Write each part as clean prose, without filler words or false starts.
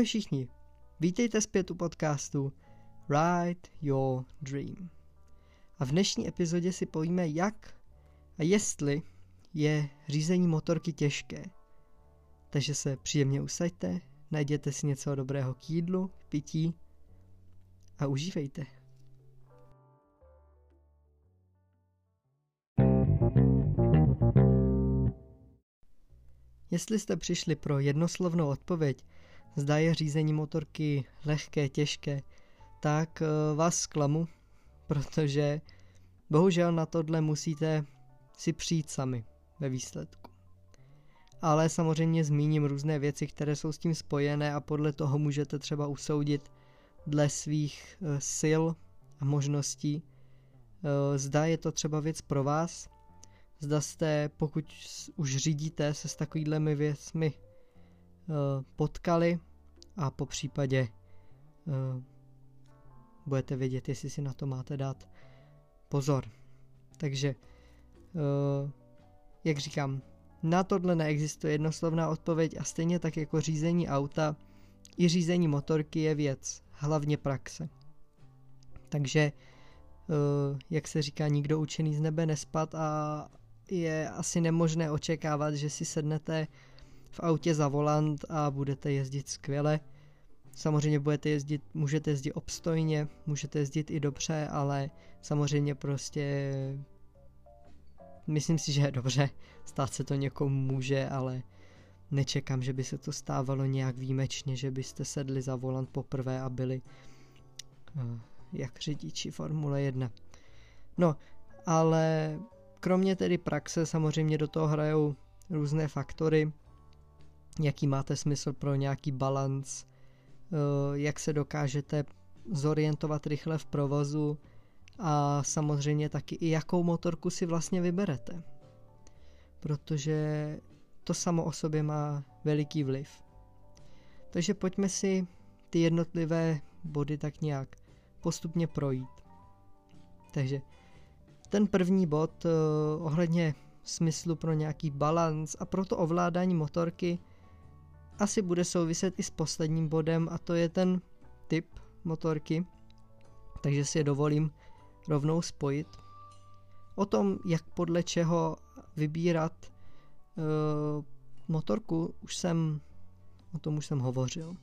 Ahoj všichni, vítejte zpět u podcastu Ride Your Dream. A v dnešní epizodě si povíme, jak a jestli je řízení motorky těžké. Takže se příjemně usaďte, najděte si něco dobrého k jídlu, k pití a užívejte. Jestli jste přišli pro jednoslovnou odpověď, zda je řízení motorky lehké, těžké, tak vás zklamu, protože bohužel na tohle musíte si přijít sami ve výsledku. Ale samozřejmě zmíním různé věci, které jsou s tím spojené a podle toho můžete třeba usoudit dle svých sil a možností, zda je to třeba věc pro vás, zda jste, pokud už řídíte, se s takovýhlemi věcmi potkali a po případě budete vědět, jestli si na to máte dát pozor. Takže, jak říkám, na tohle neexistuje jednoslovná odpověď a stejně tak jako řízení auta, i řízení motorky je věc, hlavně praxe. Takže, jak se říká, nikdo učený z nebe nespad a je asi nemožné očekávat, že si sednete v autě za volant a budete jezdit skvěle. Samozřejmě můžete jezdit obstojně, můžete jezdit i dobře, ale samozřejmě prostě myslím si, že je dobře, stát se to někomu může, ale nečekám, že by se to stávalo nějak výjimečně, že byste sedli za volant poprvé a byli jak řidiči Formule 1. No, ale kromě tedy praxe samozřejmě do toho hrajou různé faktory, jaký máte smysl pro nějaký balanc, jak se dokážete zorientovat rychle v provozu a samozřejmě taky i jakou motorku si vlastně vyberete. Protože to samo o sobě má veliký vliv. Takže pojďme si ty jednotlivé body tak nějak postupně projít. Takže ten první bod ohledně smyslu pro nějaký balanc a pro to ovládání motorky asi bude souviset i s posledním bodem a to je ten typ motorky, takže si je dovolím rovnou spojit. O tom, jak podle čeho vybírat motorku, o tom už jsem hovořil.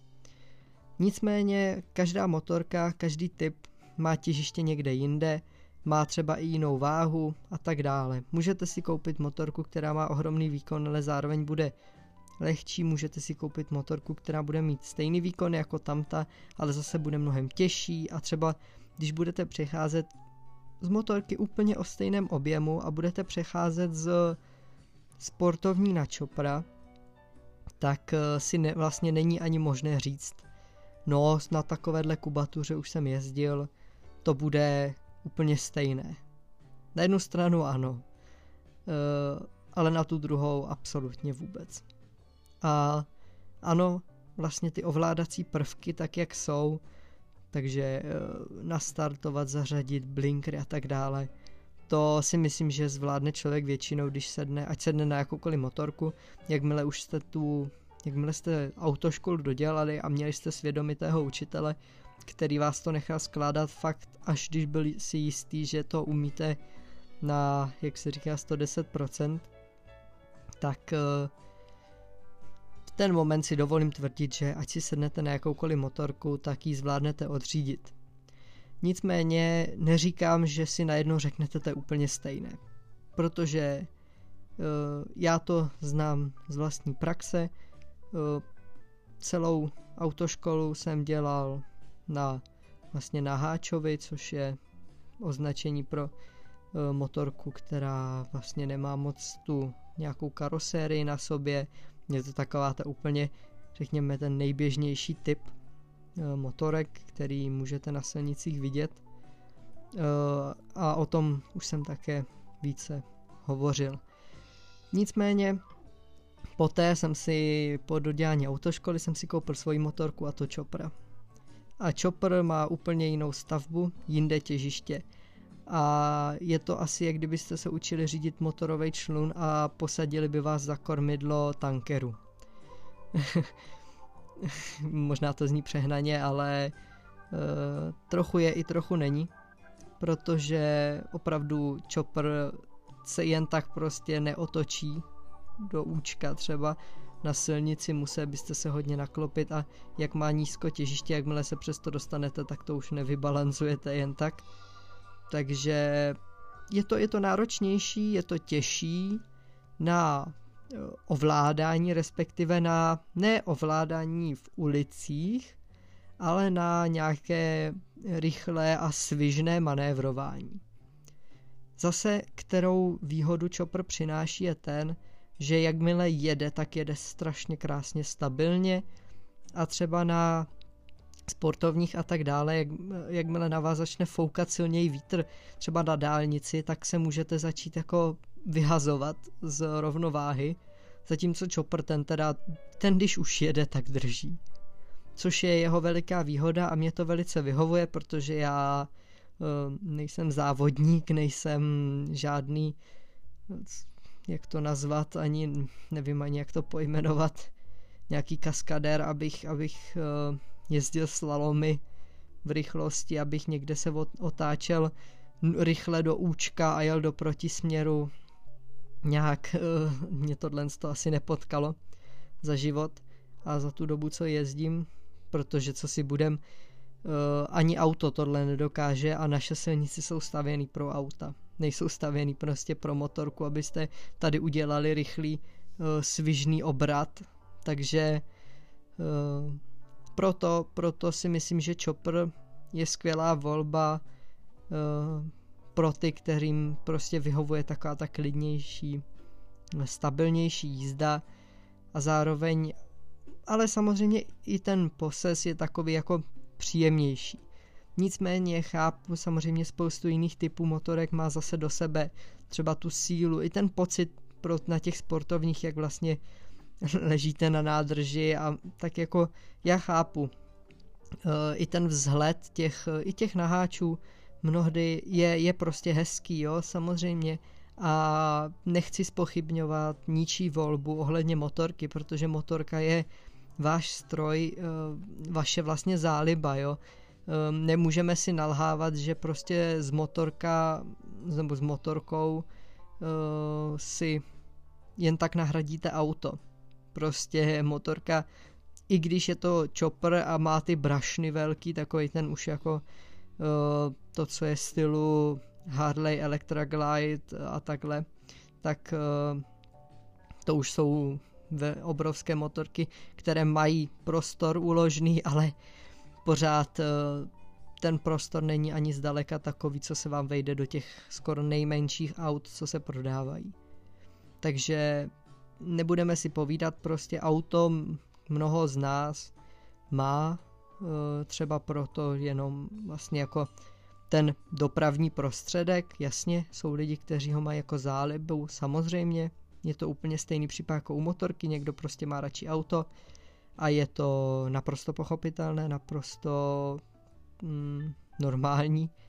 Nicméně každá motorka, každý typ má těžiště někde jinde, má třeba i jinou váhu a tak dále. Můžete si koupit motorku, která má ohromný výkon, ale zároveň bude lehčí, můžete si koupit motorku, která bude mít stejný výkon jako tamta, ale zase bude mnohem těžší a třeba když budete přecházet z motorky úplně o stejném objemu a budete přecházet z sportovní na čopra, tak si vlastně není ani možné říct, no na takovéhle kubatuře už jsem jezdil, to bude úplně stejné. Na jednu stranu ano, ale na tu druhou absolutně vůbec. A ano, vlastně ty ovládací prvky tak, jak jsou, takže nastartovat, zařadit, blinkry a tak dále, to si myslím, že zvládne člověk většinou, když sedne, ať sedne na jakoukoliv motorku, jakmile jste autoškolu dodělali a měli jste svědomitého učitele, který vás to nechal skládat fakt, až když byl si jistý, že to umíte na, jak se říká, 110%, tak v ten moment si dovolím tvrdit, že ať si sednete na jakoukoliv motorku, tak ji zvládnete odřídit. Nicméně neříkám, že si najednou řeknete, to je úplně stejné, protože já to znám z vlastní praxe, celou autoškolu jsem dělal na Háčovi, což je označení pro motorku, která vlastně nemá moc tu nějakou karosérii na sobě. Je to taková ta úplně, řekněme, ten nejběžnější typ motorek, který můžete na silnicích vidět. A o tom už jsem také více hovořil. Nicméně poté po dodělání autoškoly jsem si koupil svoji motorku a to Chopra. A Chopper má úplně jinou stavbu, jinde těžiště. A je to asi, jak kdybyste se učili řídit motorový člun a posadili by vás za kormidlo tankeru. Možná to zní přehnaně, ale trochu je i trochu není, protože opravdu chopper se jen tak prostě neotočí do účka třeba na silnici, museli byste se hodně naklopit a jak má nízko těžiště, jakmile se přes to dostanete, tak to už nevybalancujete jen tak. Takže je to náročnější, je to těžší na ovládání, respektive na neovládání v ulicích, ale na nějaké rychlé a svižné manévrování. Zase, kterou výhodu chopper přináší, je ten, že jakmile jede, tak jede strašně krásně stabilně a třeba na sportovních a tak dále, jakmile na vás začne foukat silněji vítr, třeba na dálnici, tak se můžete začít jako vyhazovat z rovnováhy, zatímco chopper ten když už jede, tak drží. Což je jeho veliká výhoda a mě to velice vyhovuje, protože já nejsem závodník, nejsem žádný, jak to nazvat, nevím ani jak to pojmenovat, nějaký kaskadér, abych jezdil slalomy v rychlosti, abych někde se otáčel rychle do účka a jel do protisměru. Nějak mě tohle asi nepotkalo za život a za tu dobu, co jezdím, protože co si budem, ani auto tohle nedokáže a naše silnice jsou stavěny pro auta. Nejsou stavěny prostě pro motorku, abyste tady udělali rychlý svižný obrat, takže proto si myslím, že chopper je skvělá volba pro ty, kterým prostě vyhovuje taková ta klidnější, stabilnější jízda a zároveň, ale samozřejmě i ten poses je takový jako příjemnější. Nicméně chápu, samozřejmě spoustu jiných typů motorek má zase do sebe třeba tu sílu, i ten pocit na těch sportovních, jak vlastně ležíte na nádrži a tak jako já chápu. I ten vzhled těch naháčů mnohdy je prostě hezký, jo, samozřejmě. A nechci zpochybňovat ničí volbu ohledně motorky, protože motorka je váš stroj, vaše vlastně záliba, jo. Nemůžeme si nalhávat, že prostě s motorkou si jen tak nahradíte auto. Prostě motorka, i když je to chopper a má ty brašny velký, takový ten už jako to, co je stylu Harley Electra Glide a takhle, tak to už jsou obrovské motorky, které mají prostor uložený, ale pořád ten prostor není ani zdaleka takový, co se vám vejde do těch skoro nejmenších aut, co se prodávají. Takže nebudeme si povídat, prostě auto mnoho z nás má třeba proto jenom vlastně jako ten dopravní prostředek, jasně, jsou lidi, kteří ho mají jako zálibu, samozřejmě, je to úplně stejný případ jako u motorky, někdo prostě má radši auto a je to naprosto pochopitelné, naprosto normální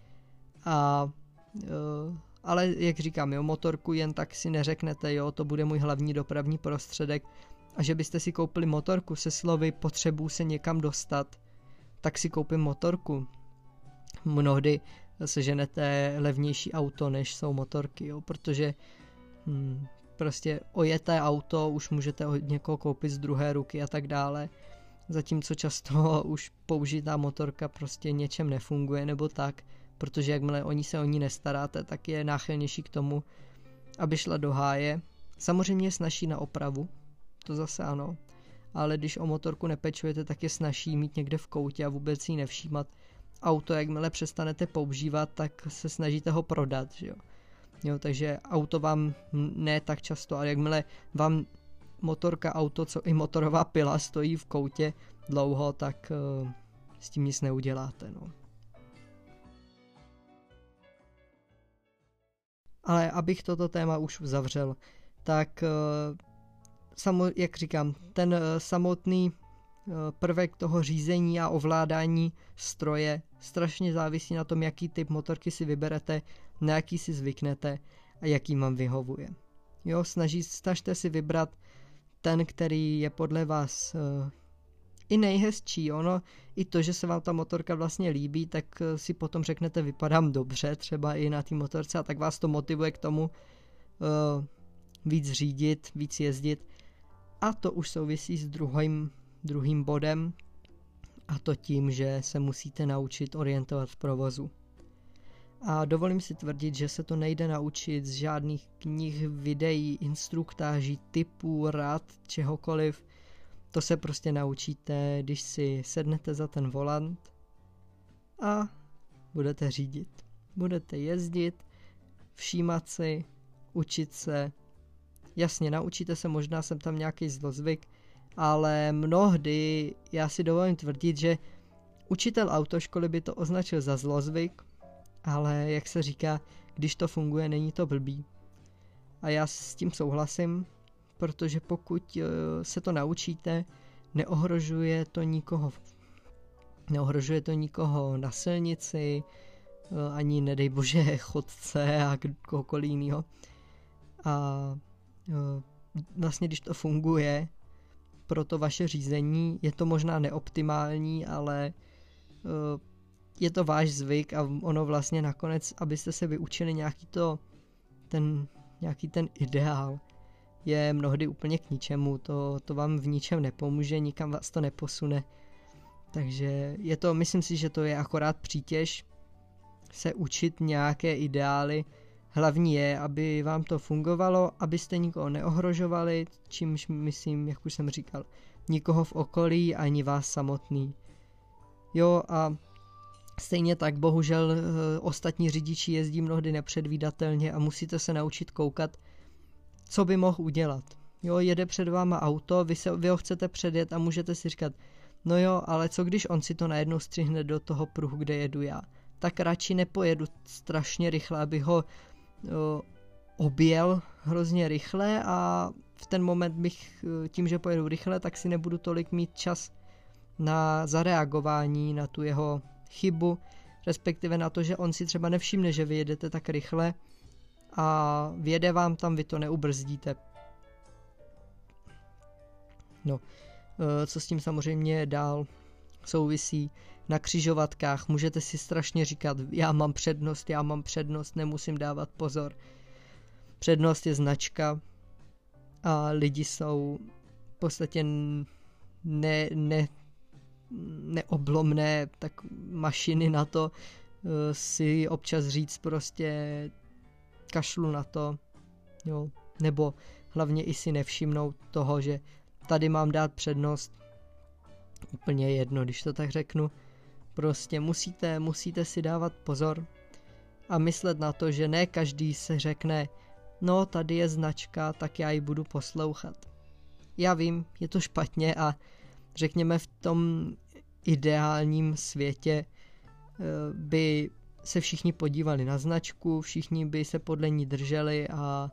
ale jak říkám, jo, motorku jen tak si neřeknete, jo, to bude můj hlavní dopravní prostředek a že byste si koupili motorku se slovy potřebuji se někam dostat, tak si koupím motorku. Mnohdy seženete levnější auto, než jsou motorky, jo, protože prostě ojeté auto už můžete od někoho koupit z druhé ruky a tak dále, zatímco často už použitá motorka prostě něčem nefunguje nebo tak, protože jakmile se o ní nestaráte, tak je náchylnější k tomu, aby šla do háje. Samozřejmě je snazší na opravu, to zase ano, ale když o motorku nepečujete, tak je snazší mít někde v koutě a vůbec si ji nevšímat. Auto, jakmile přestanete používat, tak se snažíte ho prodat, že jo. Jo, takže auto vám ne tak často, ale jakmile vám motorka, auto, co i motorová pila stojí v koutě dlouho, tak s tím nic neuděláte, no. Ale abych toto téma už uzavřel, tak jak říkám, ten samotný prvek toho řízení a ovládání stroje strašně závisí na tom, jaký typ motorky si vyberete, na jaký si zvyknete a jaký vám vyhovuje. Jo, snažte si vybrat ten, který je podle vás i nejhezčí, ono, i to, že se vám ta motorka vlastně líbí, tak si potom řeknete, vypadám dobře, třeba i na té motorce, a tak vás to motivuje k tomu víc řídit, víc jezdit. A to už souvisí s druhým bodem, a to tím, že se musíte naučit orientovat v provozu. A dovolím si tvrdit, že se to nejde naučit z žádných knih, videí, instruktáží, typů, rad, čehokoliv. To se prostě naučíte, když si sednete za ten volant a budete řídit. Budete jezdit, všímat si, učit se. Jasně, naučíte se možná sem tam nějaký zlozvyk, ale mnohdy já si dovolím tvrdit, že učitel autoškoly by to označil za zlozvyk, ale jak se říká, když to funguje, není to blbý. A já s tím souhlasím, protože pokud se to naučíte, neohrožuje to nikoho na silnici, ani nedej bože chodce a kohokoliv jiného. A vlastně když to funguje pro to vaše řízení, je to možná neoptimální, ale je to váš zvyk a ono vlastně nakonec, abyste se vyučili nějaký ten ideál, je mnohdy úplně k ničemu, to vám v ničem nepomůže, nikam vás to neposune. Takže myslím si, že to je akorát přítěž se učit nějaké ideály. Hlavní je, aby vám to fungovalo, abyste nikoho neohrožovali, čímž myslím, jak už jsem říkal, nikoho v okolí ani vás samotný. Jo, a stejně tak bohužel ostatní řidiči jezdí mnohdy nepředvídatelně a musíte se naučit koukat, co by mohl udělat. Jo, jede před váma auto, vy ho chcete předjet a můžete si říkat, no jo, ale co když on si to najednou střihne do toho pruhu, kde jedu já. Tak radši nepojedu strašně rychle, abych ho objel hrozně rychle a v ten moment tím, že pojedu rychle, tak si nebudu tolik mít čas na zareagování na tu jeho chybu, respektive na to, že on si třeba nevšimne, že vy jedete tak rychle a vjede vám tam, vy to neubrzdíte. No, co s tím samozřejmě dál souvisí, na křižovatkách můžete si strašně říkat, já mám přednost, nemusím dávat pozor. Přednost je značka a lidi jsou v podstatě neoblomné tak mašiny na to si občas říct prostě kašlu na to, jo, nebo hlavně i si nevšimnout toho, že tady mám dát přednost, úplně jedno, když to tak řeknu, prostě musíte si dávat pozor a myslet na to, že ne každý se řekne, no tady je značka, tak já ji budu poslouchat. Já vím, je to špatně a řekněme v tom ideálním světě by se všichni podívali na značku, všichni by se podle ní drželi a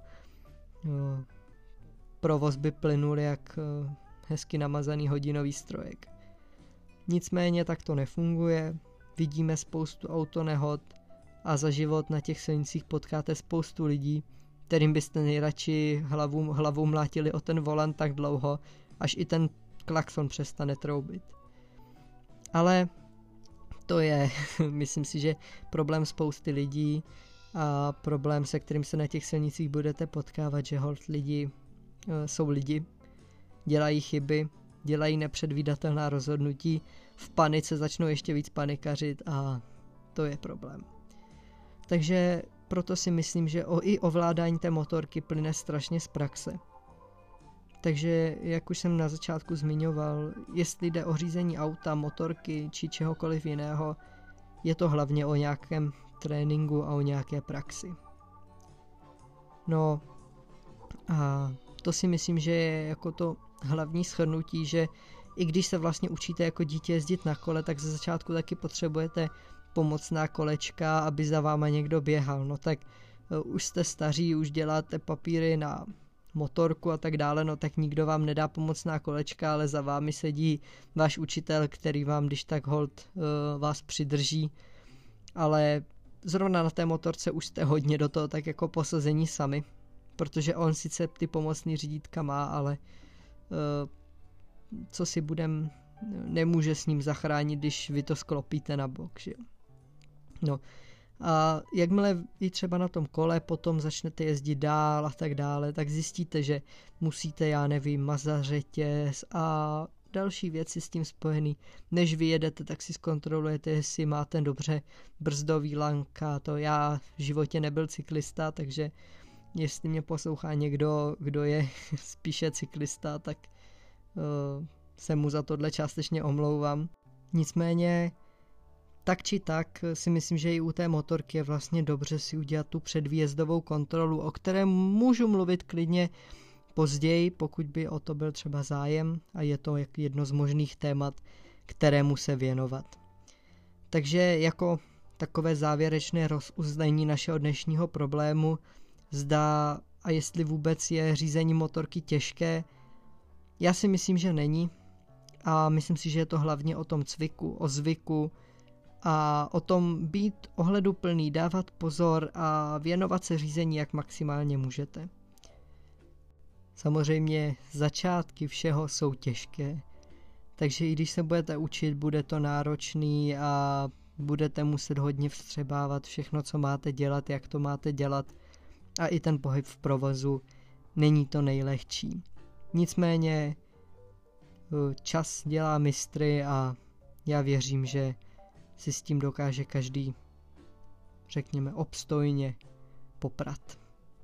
provoz by plynul jak hezky namazaný hodinový strojek. Nicméně tak to nefunguje, vidíme spoustu autonehod a za život na těch silnicích potkáte spoustu lidí, kterým byste nejradši hlavou mlátili o ten volant tak dlouho, až i ten klakson přestane troubit. Ale to je, myslím si, že problém spousty lidí a problém, se kterým se na těch silnicích budete potkávat, že holt lidi jsou lidi, dělají chyby, dělají nepředvídatelná rozhodnutí, v panice začnou ještě víc panikařit a to je problém. Takže proto si myslím, že i ovládání té motorky plyne strašně z praxe. Takže, jak už jsem na začátku zmiňoval, jestli jde o řízení auta, motorky či čehokoliv jiného, je to hlavně o nějakém tréninku a o nějaké praxi. No a to si myslím, že je jako to hlavní shrnutí, že i když se vlastně učíte jako dítě jezdit na kole, tak ze začátku taky potřebujete pomocná kolečka, aby za váma někdo běhal. No tak už jste staří, už děláte papíry na motorku a tak dále, no tak nikdo vám nedá pomocná kolečka, ale za vámi sedí váš učitel, který vám když tak holt vás přidrží, ale zrovna na té motorce už jste hodně do toho tak jako posazení sami, protože on sice ty pomocný řídítka má, ale co si budem, nemůže s ním zachránit, když vy to sklopíte na bok, že jo. No a jakmile i třeba na tom kole potom začnete jezdit dál a tak dále, tak zjistíte, že musíte, já nevím, mazat řetěz a další věci s tím spojený. Než vyjedete, tak si zkontrolujete, jestli máte dobře brzdový lanka. To já v životě nebyl cyklista, takže jestli mě poslouchá někdo, kdo je spíše cyklista, tak se mu za tohle částečně omlouvám. Nicméně tak či tak si myslím, že i u té motorky je vlastně dobře si udělat tu předvýjezdovou kontrolu, o které můžu mluvit klidně později, pokud by o to byl třeba zájem a je to jedno z možných témat, kterému se věnovat. Takže jako takové závěrečné rozuzlení našeho dnešního problému, zda a jestli vůbec je řízení motorky těžké, já si myslím, že není a myslím si, že je to hlavně o tom cviku, o zvyku a o tom být ohleduplný, dávat pozor a věnovat se řízení, jak maximálně můžete. Samozřejmě začátky všeho jsou těžké, takže i když se budete učit, bude to náročný a budete muset hodně vstřebávat všechno, co máte dělat, jak to máte dělat a i ten pohyb v provozu není to nejlehčí. Nicméně čas dělá mistry a já věřím, že si s tím dokáže každý, řekněme, obstojně poprat.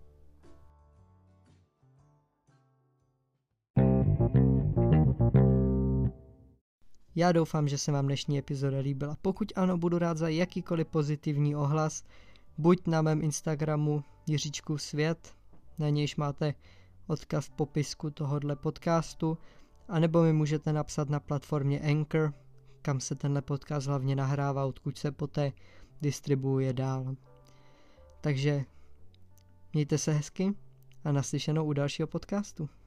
Já doufám, že se vám dnešní epizoda líbila. Pokud ano, budu rád za jakýkoliv pozitivní ohlas, buď na mém Instagramu Jiříčkův svět, na nějž máte odkaz v popisku tohohle podcastu, anebo mi můžete napsat na platformě Anchor, kam se tenhle podcast hlavně nahrává, odkud se poté distribuuje dál. Takže mějte se hezky a naslyšenou u dalšího podcastu.